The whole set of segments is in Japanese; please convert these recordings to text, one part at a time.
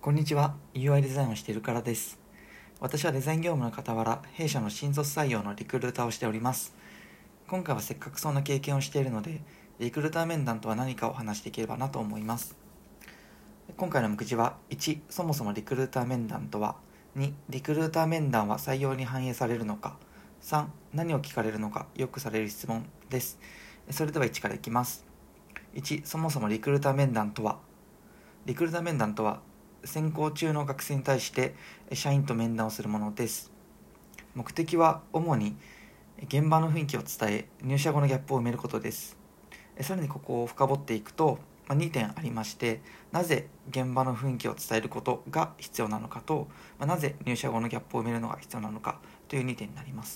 こんにちは。UI デザインをしているからです。私はデザイン業務の傍ら、弊社の新卒採用のリクルーターをしております。今回はせっかくそんな経験をしているので、リクルーター面談とは何かを話していければなと思います。今回の目次は、1、そもそもリクルーター面談とは、2、リクルーター面談は採用に反映されるのか、3、何を聞かれるのか、よくされる質問です。それでは1からいきます。1、そもそもリクルーター面談とは、リクルーター面談とは、選考中の学生に対して社員と面談をするものです。目的は主に現場の雰囲気を伝え、入社後のギャップを埋めることです。さらにここを深掘っていくと、2点ありまして、なぜ現場の雰囲気を伝えることが必要なのかと、なぜ入社後のギャップを埋めるのが必要なのかという2点になります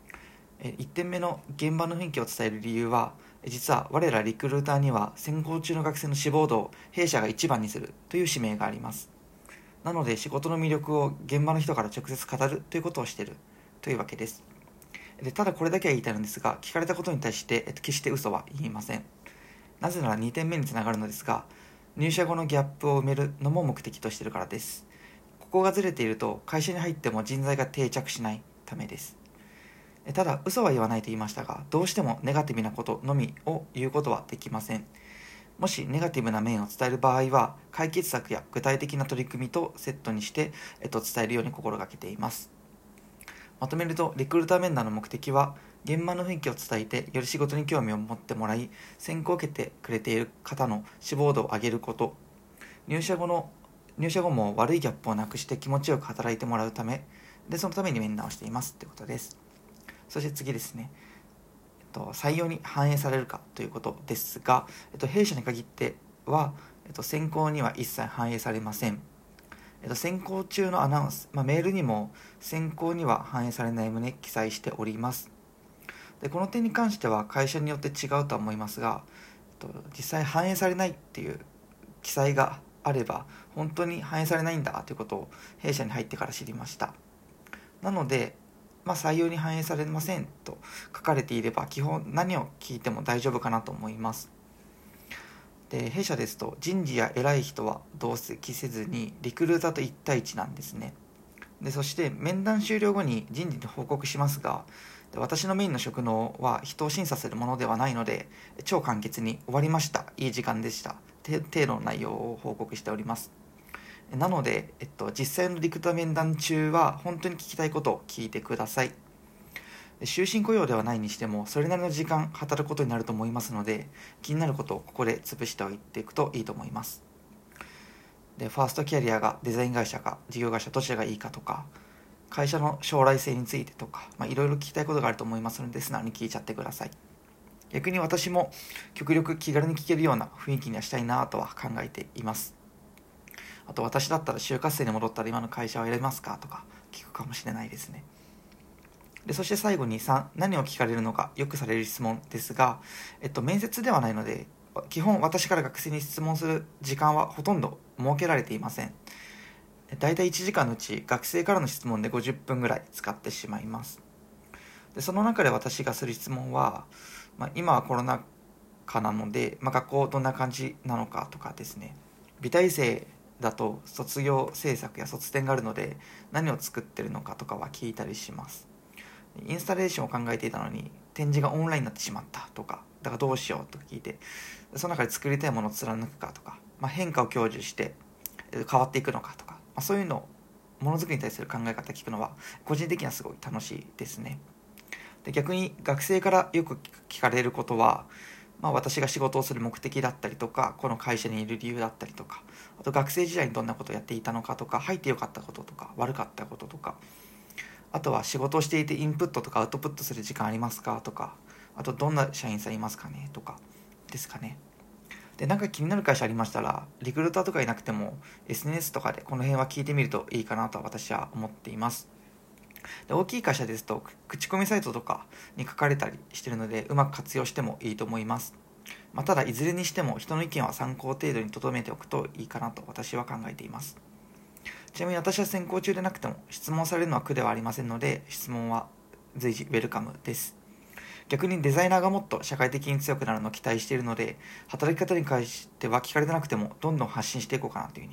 。1点目の現場の雰囲気を伝える理由は、実は我らリクルーターには選考中の学生の志望度を弊社が一番にするという使命があります。なので仕事の魅力を現場の人から直接語るということをしているというわけです。ただこれだけは言いたいのですが、聞かれたことに対して決して嘘は言いません。なぜなら2点目につながるのですが、入社後のギャップを埋めるのも目的としているからです。ここがずれていると会社に入っても人材が定着しないためです。ただ嘘は言わないと言いましたが、どうしてもネガティブなことのみを言うことはできません。もしネガティブな面を伝える場合は、解決策や具体的な取り組みとセットにして、伝えるように心がけています。まとめると、リクルーター面談の目的は、現場の雰囲気を伝えて、より仕事に興味を持ってもらい、選考を受けてくれている方の志望度を上げること、入社後も悪いギャップをなくして気持ちよく働いてもらうため、でそのために面談をしていますということです。そして次ですね。採用に反映されるかということですが、弊社に限っては、選考には一切反映されません。選考中のアナウンス、メールにも選考には反映されない旨記載しております。でこの点に関しては会社によって違うとは思いますが、実際反映されないっていう記載があれば本当に反映されないんだということを弊社に入ってから知りました。なので、採用に反映されませんと書かれていれば基本何を聞いても大丈夫かなと思います。で弊社ですと人事や偉い人は同席せずにリクルーターと1対1なんですね。でそして面談終了後に人事に報告しますが、私のメインの職能は人を審査するものではないので、超簡潔に終わりました、いい時間でした程度の内容を報告しております。なので、実際のリクルーター面談中は本当に聞きたいことを聞いてください。終身雇用ではないにしてもそれなりの時間働くことになると思いますので、気になることをここで潰しておいていくといいと思います。でファーストキャリアがデザイン会社か事業会社どちらがいいかとか、会社の将来性についてとか、いろいろ聞きたいことがあると思いますので素直に聞いちゃってください。逆に私も極力気軽に聞けるような雰囲気にはしたいなとは考えています。あと私だったら就活生に戻ったら今の会社を選びますかとか聞くかもしれないですね。でそして最後に3、何を聞かれるのかよくされる質問ですが、面接ではないので基本私から学生に質問する時間はほとんど設けられていません。だいたい1時間のうち学生からの質問で50分ぐらい使ってしまいます。でその中で私がする質問は、今はコロナ禍なので、学校どんな感じなのかとかですね。美大生だと卒業制作や卒展があるので何を作ってるのかとかは聞いたりします。インスタレーションを考えていたのに展示がオンラインになってしまったとか、だからどうしようと聞いて、その中で作りたいものを貫くかとか、変化を享受して変わっていくのかとか、そういうのをものづくりに対する考え方聞くのは個人的にはすごい楽しいですね。で逆に学生からよく聞かれることは、私が仕事をする目的だったりとか、この会社にいる理由だったりとか、あと学生時代にどんなことをやっていたのかとか、入ってよかったこととか悪かったこととか、あとは仕事をしていてインプットとかアウトプットする時間ありますかとか、あとどんな社員さんいますかねとかですかね。でなんか気になる会社ありましたら、リクルーターとかいなくても SNS とかでこの辺は聞いてみるといいかなと私は思っています。で大きい会社ですと口コミサイトとかに書かれたりしているので、うまく活用してもいいと思います。ただいずれにしても人の意見は参考程度に留めておくといいかなと私は考えています。ちなみに私は選考中でなくても質問されるのは苦ではありませんので、質問は随時ウェルカムです。逆にデザイナーがもっと社会的に強くなるのを期待しているので、働き方に関しては聞かれてなくてもどんどん発信していこうかなというふうには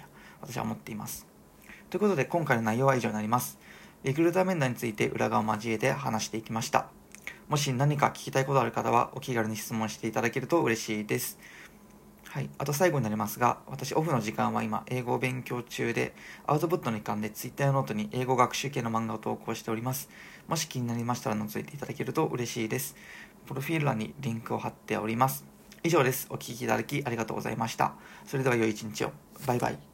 私は思っています。ということで今回の内容は以上になります。リクルーター面談について裏側を交えて話していきました。もし何か聞きたいことある方はお気軽に質問していただけると嬉しいです。はい、あと最後になりますが、私オフの時間は今英語を勉強中で、アウトプットの一環で Twitter やノートに英語学習系の漫画を投稿しております。もし気になりましたら覗いていただけると嬉しいです。プロフィール欄にリンクを貼っております。以上です。お聞きいただきありがとうございました。それでは良い一日を。バイバイ。